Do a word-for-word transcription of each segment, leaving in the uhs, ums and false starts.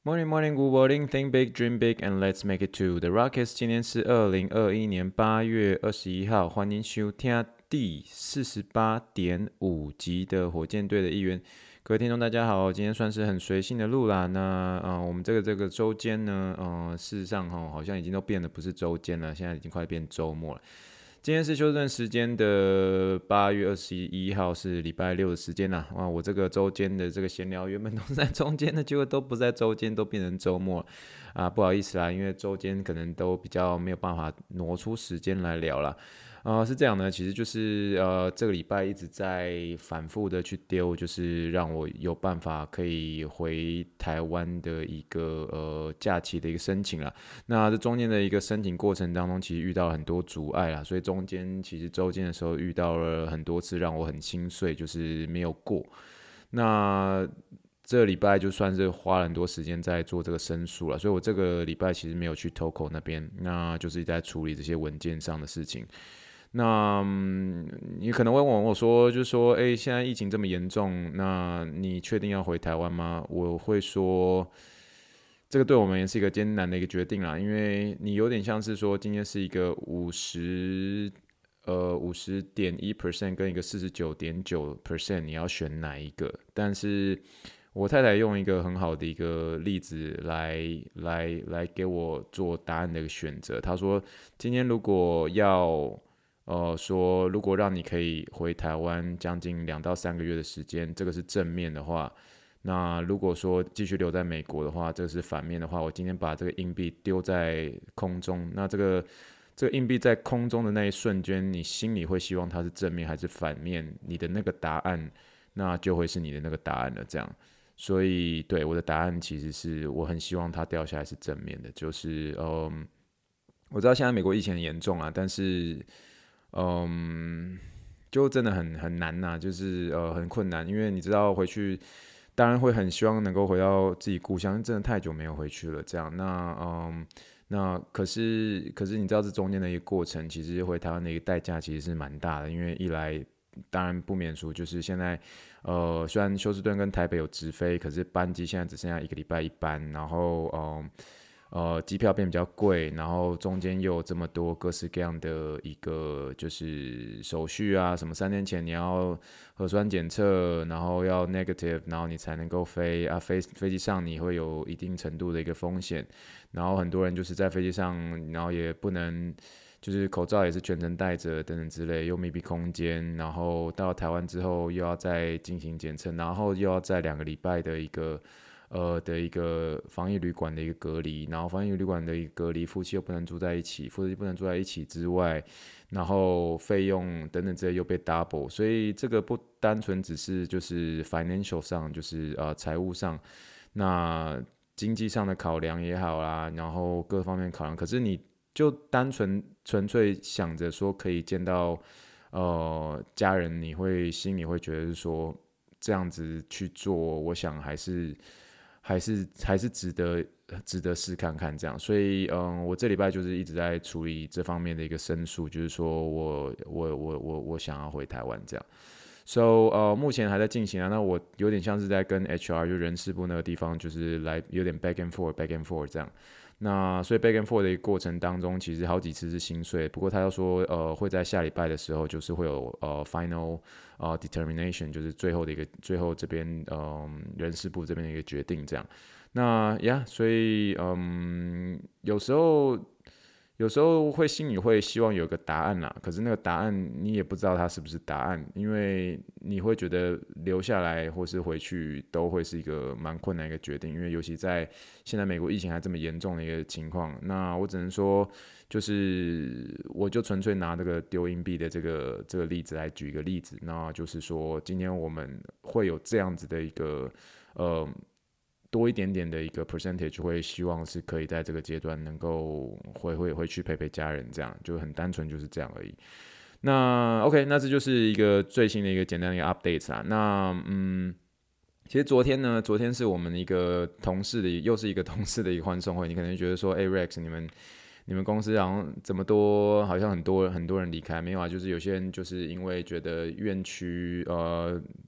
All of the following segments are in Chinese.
Morning, morning, good morning. Think big, dream big, and let's make it to the Rockets. 今天是二零二一年八月二十一号，欢迎收听第四十八点五集的火箭队的一员。各位听众，大家好，今天算是很随性的录啦。那呃，我们这个这个周间呢，呃，事实上哈，好像已经都变得不是周间了，现在已经快变周末了。今天是休正时间的八月二十一号，是礼拜六的时间啦。哇，我这个周间的这个闲聊原本都是在中间的，结果都不在周间，都变成周末啊，不好意思啦，因为周间可能都比较没有办法挪出时间来聊啦。呃，是这样的，其实就是呃，这个礼拜一直在反复的去丢，就是让我有办法可以回台湾的一个呃假期的一个申请啦。那这中间的一个申请过程当中，其实遇到了很多阻碍啦，所以中间其实周间的时候遇到了很多次让我很心碎，就是没有过。那这个礼拜就算是花了很多时间在做这个申诉了，所以我这个礼拜其实没有去 Toco 那边，那就是在处理这些文件上的事情。那、嗯、你可能会问我说，就是说，哎，现在疫情这么严重，那你确定要回台湾吗？我会说，这个对我们也是一个艰难的一个决定啦，因为你有点像是说，今天是一个五十呃五十点一 percent 跟一个四十九点九 percent，你要选哪一个？但是我太太用一个很好的一个例子来来来给我做答案的一个选择。她说，今天如果要呃，说如果让你可以回台湾将近两到三个月的时间，这个是正面的话，那如果说继续留在美国的话，这个是反面的话，我今天把这个硬币丢在空中，那这个这个硬币在空中的那一瞬间，你心里会希望它是正面还是反面？你的那个答案，那就会是你的那个答案了。这样，所以对我的答案其实是我很希望它掉下来是正面的，就是嗯，我知道现在美国疫情很严重啊，但是嗯，就真的很很难呐、就是呃很困难，因为你知道回去，当然会很希望能够回到自己故乡，真的太久没有回去了。这样，那嗯，那可是可是你知道这中间的一个过程，其实回台湾的一个代价其实是蛮大的，因为一来当然不免俗，就是现在呃虽然休斯顿跟台北有直飞，可是班机现在只剩下一个礼拜一班，然后嗯。呃，机票变比较贵，然后中间又有这么多各式各样的一个就是手续啊，什么三天前你要核酸检测，然后要 negative，然后你才能够飞啊，飞飞机上你会有一定程度的一个风险，然后很多人就是在飞机上，然后也不能就是口罩也是全程戴着等等之类，又密闭空间，然后到台湾之后又要再进行检测，然后又要在两个礼拜的一个。呃的一个防疫旅馆的一个隔离，然后防疫旅馆的一个隔离，夫妻又不能住在一起，夫妻不能住在一起之外，然后费用等等这些又被 double，所以这个不单纯只是就是 financial 上，就是呃财务上，那经济上的考量也好啦，然后各方面考量，可是你就单纯纯粹想着说可以见到呃家人，你会心里会觉得是说这样子去做，我想还是。还是还是值得值得试看看这样，所以嗯，我这礼拜就是一直在处理这方面的一个申诉，就是说我我我我我想要回台湾这样，so 呃目前还在进行啊，那我有点像是在跟 H R 就人事部那个地方，就是来有点 back and forth back and forth 这样，那所以 back and forth 的一个过程当中，其实好几次是心碎，不过他又说呃会在下礼拜的时候就是会有呃 final 呃 determination，就是最后的一个最后这边嗯、呃、人事部这边的一个决定这样。那呀，所以嗯，有时候有时候会心里会希望有个答案啦，可是那个答案你也不知道它是不是答案，因为你会觉得留下来或是回去都会是一个蛮困难的一个决定，因为尤其在现在美国疫情还这么严重的一个情况，那我只能说，就是我就纯粹拿这个丢硬币的这个这个例子来举一个例子，那就是说今天我们会有这样子的一个呃多一点点的一个 percentage，会希望是可以在这个阶段能够回回回去陪陪家人，这样就很单纯就是这样而已。那 OK，那这就是一个最新的一个简单的一个 update 啦。那嗯，其实昨天呢，昨天是我们一个同事的，又是一个同事的一个欢送会。你可能觉得说，哎、欸、，Rex，你们你们公司好像这么多，好像很多很多人离开，没有啊？就是有些人就是因为觉得院区呃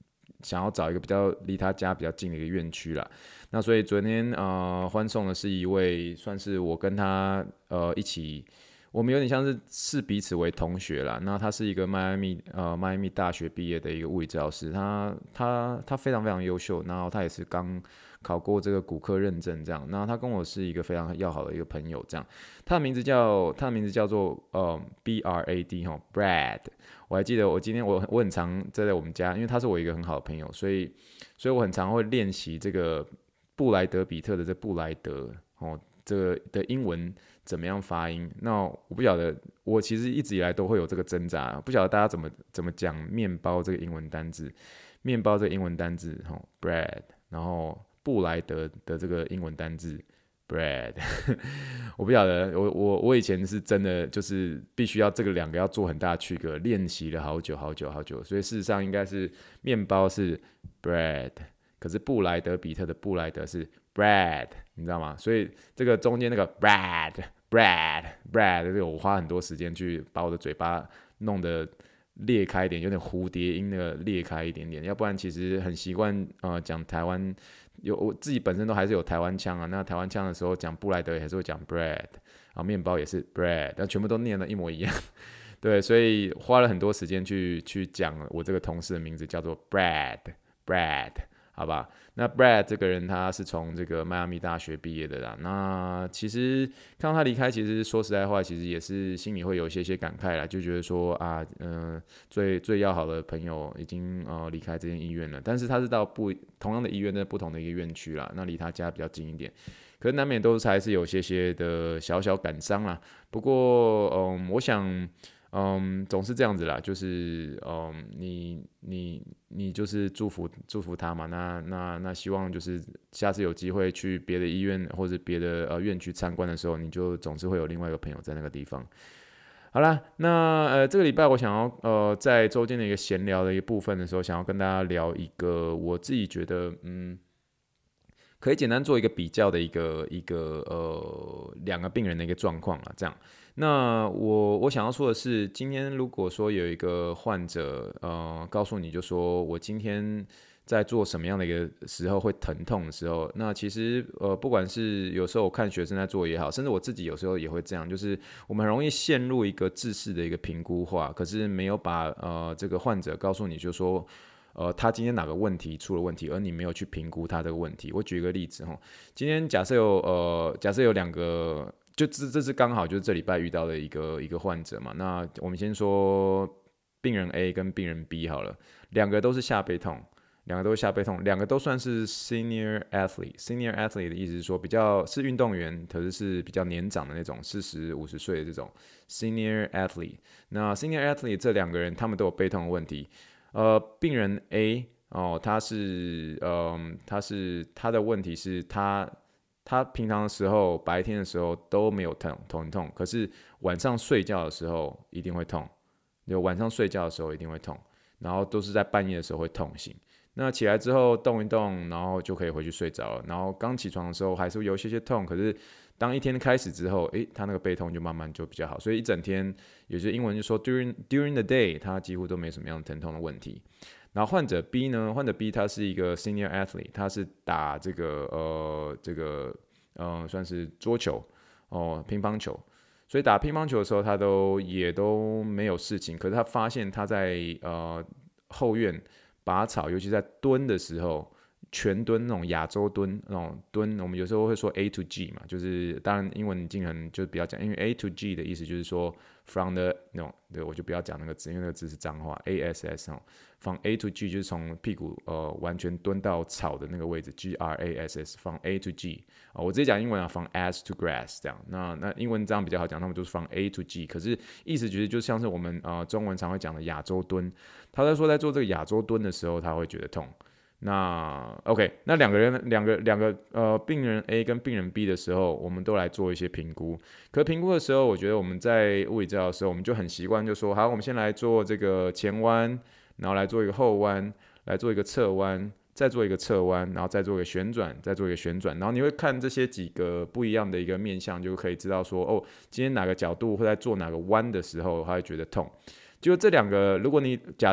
想要找一个比较离他家比较近的一个院区啦。那所以昨天呃欢送的是一位算是我跟他呃一起。我们有点像是视彼此为同学啦。那他是一个迈阿密呃迈阿密大学毕业的一个物理治疗师，他他他非常非常优秀，然后他也是刚考过这个骨科认证这样。那他跟我是一个非常要好的一个朋友这样。他的名字叫他的名字叫做呃 B R A D 哈 Brad。我还记得我今天我我很常在我们家，因为他是我一个很好的朋友，所以所以我很常会练习这个布莱德比特的这布莱德哦这个的英文。怎么样发音？那我不晓得，我其实一直以来都会有这个挣扎，不晓得大家怎么怎么讲面包这个英文单字，面包这个英文单字，吼 bread， 然后布莱德的这个英文单字 bread， 我不晓得，我我我以前是真的就是必须要这个两个要做很大的区隔，练习了好久好久好久，所以事实上应该是面包是 bread， 可是布莱德比特的布莱德是 bread， 你知道吗？所以这个中间那个 bread。Brad, Brad， 这个我花很多时间去把我的嘴巴弄得裂开一点，有点蝴蝶音那个裂开一点点，要不然其实很习惯呃讲台湾，有我自己本身都还是有台湾腔啊。那台湾腔的时候讲布莱德也还是会讲 bread， 啊面包也是 bread， 但全部都念得一模一样。对，所以花了很多时间去去讲我这个同事的名字叫做 Brad Brad。好吧，那 Brad 这个人他是从这个迈阿密大学毕业的啦。那其实看到他离开，其实说实在话，其实也是心里会有一些些感慨啦，就觉得说啊，嗯、呃，最最要好的朋友已经呃离开这间医院了，但是他是到不同样的医院，在不同的一个院区啦，那离他家比较近一点，可是难免都是还是有些些的小小感伤啦。不过，嗯，我想。嗯，总是这样子啦，就是嗯，你你你就是祝福祝福他嘛，那那那希望就是下次有机会去别的医院或者别的呃院区参观的时候，你就总是会有另外一个朋友在那个地方。好啦，那呃这个礼拜我想要呃在周间的一个闲聊的一个部分的时候，想要跟大家聊一个我自己觉得嗯。可以简单做一个比较的一个一个呃两个病人的一个状况啊，这样。那我我想要说的是，今天如果说有一个患者呃告诉你就说我今天在做什么样的一个时候会疼痛的时候，那其实呃不管是有时候我看学生在做也好，甚至我自己有时候也会这样，就是我们很容易陷入一个制式的一个评估化，可是没有把呃这个患者告诉你就说。呃，他今天哪个问题出了问题，而你没有去评估他这个问题。我举一个例子哈，今天假设有呃，假设有两个，就这这是刚好就是这礼拜遇到的一个一个患者嘛。那我们先说病人 A 跟病人 B 好了，两个都是下背痛，两个都是下背痛，两个都算是 senior athlete。senior athlete 的意思是说比较是运动员，可是是比较年长的那种，四十五十岁的这种 senior athlete。那 senior athlete 这两个人他们都有背痛的问题。呃，病人 A 哦，他是，嗯，他是他的问题是他他平常的时候，白天的时候都没有痛头痛，可是晚上睡觉的时候一定会痛，就晚上睡觉的时候一定会痛，然后都是在半夜的时候会痛醒。那起来之后动一动，然后就可以回去睡着了。然后刚起床的时候还是会有一些些痛，可是当一天开始之后，诶，他那个背痛就慢慢就比较好。所以一整天，有些英文就说 during during the day， 他几乎都没什么样的疼痛的问题。然后患者 B 呢，患者 B 他是一个 senior athlete， 他是打这个呃这个呃算是桌球哦、乒乓球。所以打乒乓球的时候，他都也都没有事情。可是他发现他在呃后院拔草，尤其在蹲的时候，全蹲那种亚洲蹲那种蹲，我们有时候会说 A to G 嘛，就是当然英文你尽可能就不要讲，因为 A to G 的意思就是说 from the no， 对，我就不要讲那个字，因为那个字是脏话 ，A S S 哦 ，from A to G 就是从屁股呃完全蹲到草的那个位置 ，G R A S S，from A to G 啊、呃，我直接讲英文啊，from ass to grass 这样，那那英文这样比较好讲，他们就是 from A to G， 可是意思其实就像是我们呃中文常会讲的亚洲蹲，他在说在做这个亚洲蹲的时候，他会觉得痛。那 OK， 那两个人，两个两个呃，病人 A 跟病人 B 的时候，我们都来做一些评估。可评估的时候，我觉得我们在物理治疗的时候，我们就很习惯，就说好，我们先来做这个前弯，然后来做一个后弯，来做一个侧弯，再做一个侧弯，然后再做一个旋转，再做一个旋转。然后你会看这些几个不一样的一个面向，就可以知道说，哦，今天哪个角度会在做哪个弯的时候，他会觉得痛。就这两个，如果你假设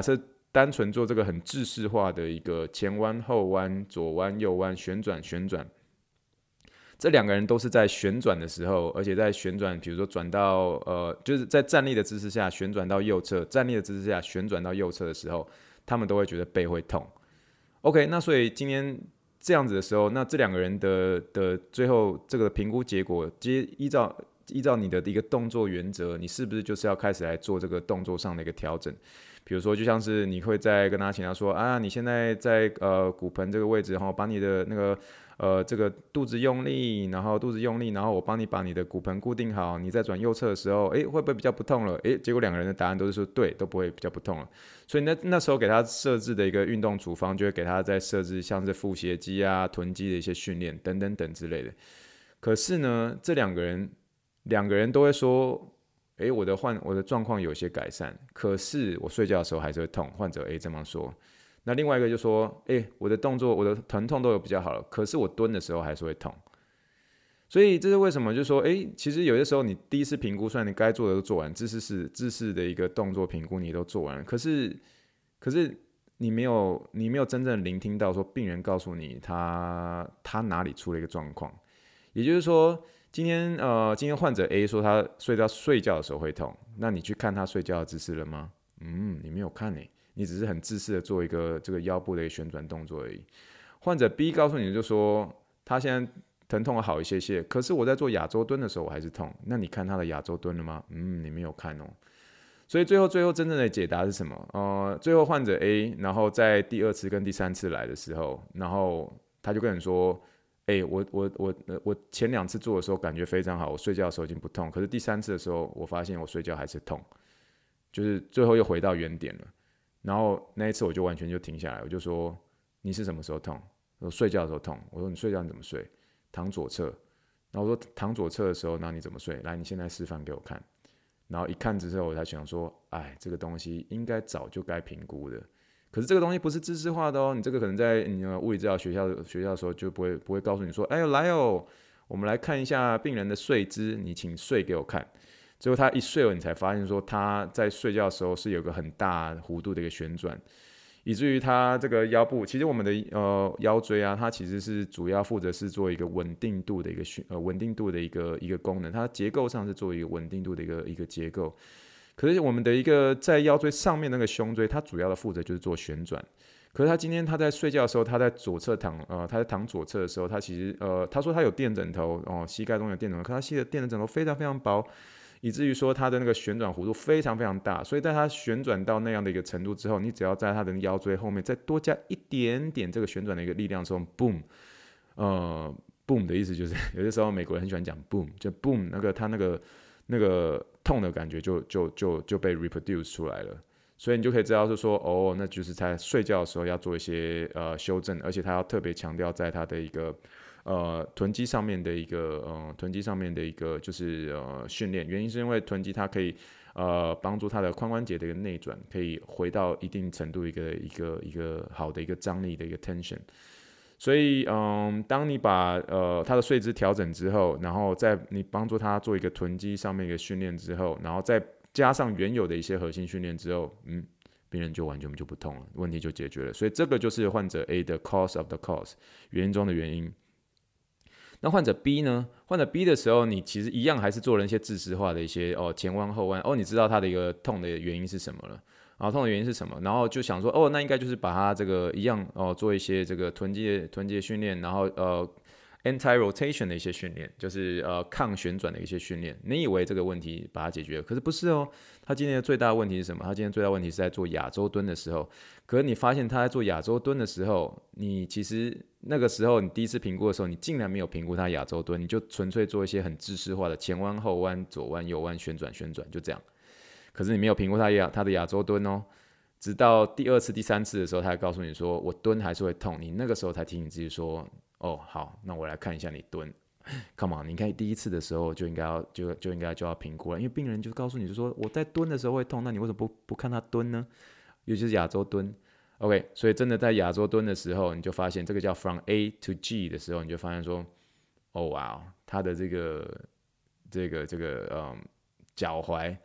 单纯做这个很制式化的一个前弯、后弯、左弯、右弯、旋转、旋转。这两个人都是在旋转的时候，而且在旋转，比如说转到呃，就是在站立的姿势下旋转到右侧，站立的姿势下旋转到右侧的时候，他们都会觉得背会痛。OK， 那所以今天这样子的时候，那这两个人的的最后这个评估结果，接依照依照你的一个动作原则，你是不是就是要开始来做这个动作上的一个调整？比如说，就像是你会在跟他请他说啊，你现在在呃骨盆这个位置，然后把你的那个呃这个肚子用力，然后肚子用力，然后我帮你把你的骨盆固定好，你在转右侧的时候，哎，会不会比较不痛了？哎，结果两个人的答案都是说对，都不会比较不痛了。所以那那时候给他设置的一个运动处方，就会给他在设置像是腹斜肌啊、臀肌的一些训练等等等之类的。可是呢，这两个人两个人都会说，哎，我的患我的状况有些改善，可是我睡觉的时候还是会痛。患者 A 这么说。那另外一个就说，哎，我的动作我的疼痛都有比较好了，可是我蹲的时候还是会痛。所以这是为什么？就是说，哎，其实有些时候你第一次评估，虽然你该做的都做完，姿势是姿势的一个动作评估你都做完了，可是可是你没有你没有真正聆听到说病人告诉你他他哪里出了一个状况。也就是说，今天呃今天患者 A 说他睡觉睡觉的时候会痛，那你去看他睡觉的姿势了吗？嗯，你没有看诶，你只是很自私的做一个这个腰部的一个旋转动作而已。患者 B 告诉你就说他现在疼痛好一些些，可是我在做亚洲蹲的时候我还是痛。那你看他的亚洲蹲了吗？嗯，你没有看哦。所以最后最后真正的解答是什么？呃，最后患者 A， 然后在第二次跟第三次来的时候，然后他就跟你说，哎、欸，我我我我前两次做的时候感觉非常好，我睡觉的时候已经不痛，可是第三次的时候我发现我睡觉还是痛，就是最后又回到原点了。然后那一次我就完全就停下来，我就说你是什么时候痛？我说睡觉的时候痛。我说你睡觉你怎么睡？躺左侧。然后我说躺左侧的时候，那你怎么睡？来，你现在示范给我看。然后一看之后，我才想说，哎，这个东西应该早就该评估的。可是这个东西不是知识化的哦，你这个可能在你的物理治疗学校学校的时候就不会不会告诉你说，哎呦来哦，我们来看一下病人的睡姿，你请睡给我看。最后他一睡了，你才发现说他在睡觉的时候是有个很大弧度的一个旋转。以至于它这个腰部，其实我们的呃腰椎啊，它其实是主要负责是做一个稳定度的一个呃稳定度的一个一个功能，它结构上是做一个稳定度的一个一个结构。可是我们的一个在腰椎上面那个胸椎，它主要的负责就是做旋转。可是他今天他在睡觉的时候，他在左侧躺呃他在躺左侧的时候，他其实呃他说他有垫枕头哦，膝盖中有垫枕头，可他吸的垫的枕头非常非常薄。以至于说它的那个旋转弧度非常非常大，所以在它旋转到那样的一个程度之后，你只要在它的腰椎后面再多加一点点这个旋转的一个力量的时候 ，boom， 呃 ，boom 的意思就是有些时候美国人很喜欢讲 boom， 就 boom 那个它那个那个痛的感觉就就就就被 reproduce 出来了，所以你就可以知道是说哦，那就是在睡觉的时候要做一些呃修正，而且他要特别强调在他的一个。呃，臀肌上面的一个呃，臀肌上面的一个就是呃训练，原因是因为臀肌它可以呃帮助它的髋关节的一个内转，可以回到一定程度一个一个一个好的一个张力的一个 tension。所以嗯，当你把呃它的睡姿调整之后，然后在你帮助它做一个臀肌上面一个训练之后，然后再加上原有的一些核心训练之后，嗯。病人就完全就不痛了，问题就解决了。所以这个就是患者 A 的 cause of the cause， 原因中的原因。那患者 B 呢？患者 B 的时候，你其实一样还是做了一些制式化的一些哦前弯后弯哦，你知道他的一个痛的原因是什么了？然后痛的原因是什么？然后就想说哦，那应该就是把它这个一样哦做一些这个臀肌臀肌的训练，然后呃 anti-rotation 的一些训练，就是呃抗旋转的一些训练。你以为这个问题把它解决了，可是不是哦。他今天的最大的问题是什么？他今天最大的问题是在做亚洲蹲的时候，可是你发现他在做亚洲蹲的时候，你其实那个时候你第一次评估的时候，你竟然没有评估他亚洲蹲，你就纯粹做一些很制式化的前弯后弯左弯右弯旋转旋转就这样。可是你没有评估他亚他的亚洲蹲哦，直到第二次第三次的时候，他才告诉你说我蹲还是会痛，你那个时候才提醒自己说哦好，那我来看一下你蹲。Come on， 你看第一次的时候就应该要就就应该就要评估了，因为病人就告诉你就说我在蹲的时候会痛，那你为什么不不看他蹲呢？尤其是亚洲蹲。OK， 所以真的在亚洲蹲的时候，你就发现这个叫 from A to G 的时候，你就发现说，哦哇，他的这个这个这个嗯脚踝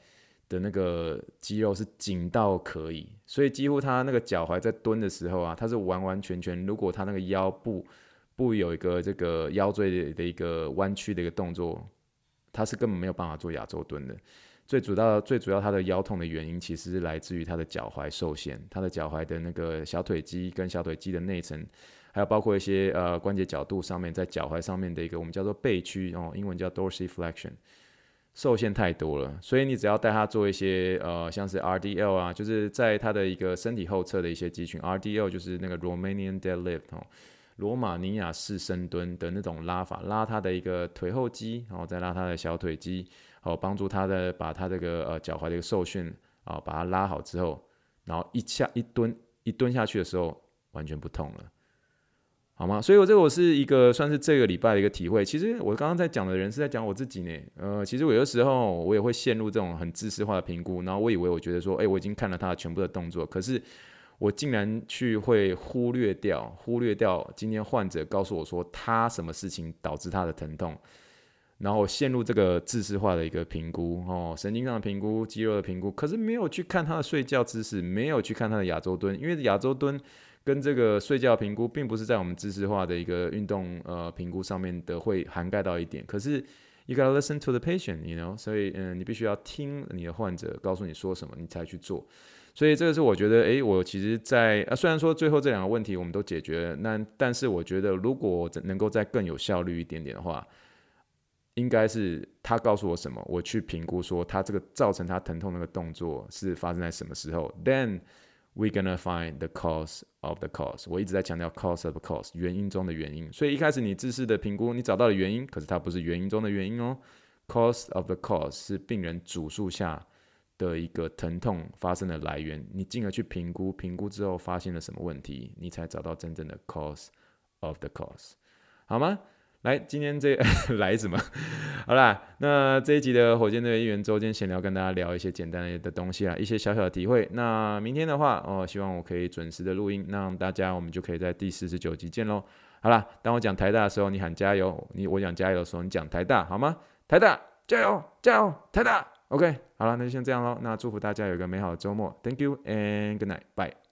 的那个肌肉是紧到可以，所以几乎他那个脚踝在蹲的时候啊，他是完完全全，如果他那个腰部不有一个这个腰椎的一个弯曲的一个动作，他是根本没有办法做亚洲蹲的。最主要最主要他的腰痛的原因，其实是来自于他的脚踝受限，他的脚踝的那个小腿肌跟小腿肌的内层，还有包括一些呃关节角度上面，在脚踝上面的一个我们叫做背屈哦，英文叫 dorsiflexion。受限太多了，所以你只要带他做一些呃，像是 R D L 啊，就是在他的一个身体后侧的一些肌群 ，R D L 就是那个 Romanian deadlift 哦，罗马尼亚式深蹲的那种拉法，拉他的一个腿后肌，然后再拉他的小腿肌，好帮助他的把他这个呃脚踝的一个受训啊，把它拉好之后，然后一下一蹲一蹲下去的时候，完全不痛了。好吗？所以我这个我是一个算是这个礼拜的一个体会。其实我刚刚在讲的人是在讲我自己呢。呃，其实我有的时候我也会陷入这种很知识化的评估，然后我以为我觉得说，哎、欸，我已经看了他的全部的动作，可是我竟然去会忽略掉，忽略掉今天患者告诉我说他什么事情导致他的疼痛，然后陷入这个知识化的一个评估哦，神经上的评估、肌肉的评估，可是没有去看他的睡觉姿势，没有去看他的亚洲蹲，因为亚洲蹲跟这个睡觉评估并不是在我们知识化的一个运动呃评估上面的会涵盖到一点，可是 you gotta listen to the patient，you know， 所以嗯、呃，你必须要听你的患者告诉你说什么，你才去做。所以这个是我觉得，诶，我其实在，在、啊、虽然说最后这两个问题我们都解决了，那但是我觉得如果能够再更有效率一点点的话，应该是他告诉我什么，我去评估说他这个造成他疼痛那个动作是发生在什么时候 ，then we're gonna find the cause of the cause。我一直在强调 cause of the cause， 原因中的原因。所以一开始你自视的评估，你找到了原因，可是它不是原因中的原因哦。cause of the cause 是病人主诉下的一个疼痛发生的来源，你进而去评估，评估之后发现了什么问题，你才找到真正的 cause of the cause， 好吗？来，今天这来什么？好啦，那这一集的火箭队一员周间闲聊，跟大家聊一些简单的东西啊，一些小小的体会。那明天的话，哦，希望我可以准时的录音，让大家我们就可以在第四十九集见喽。好啦，当我讲台大的时候，你喊加油；你我讲加油的时候，你讲台大，好吗？台大加油，加油，台大 ！OK， 好了，那就先这样喽。那祝福大家有一个美好的周末。Thank you and good night，bye。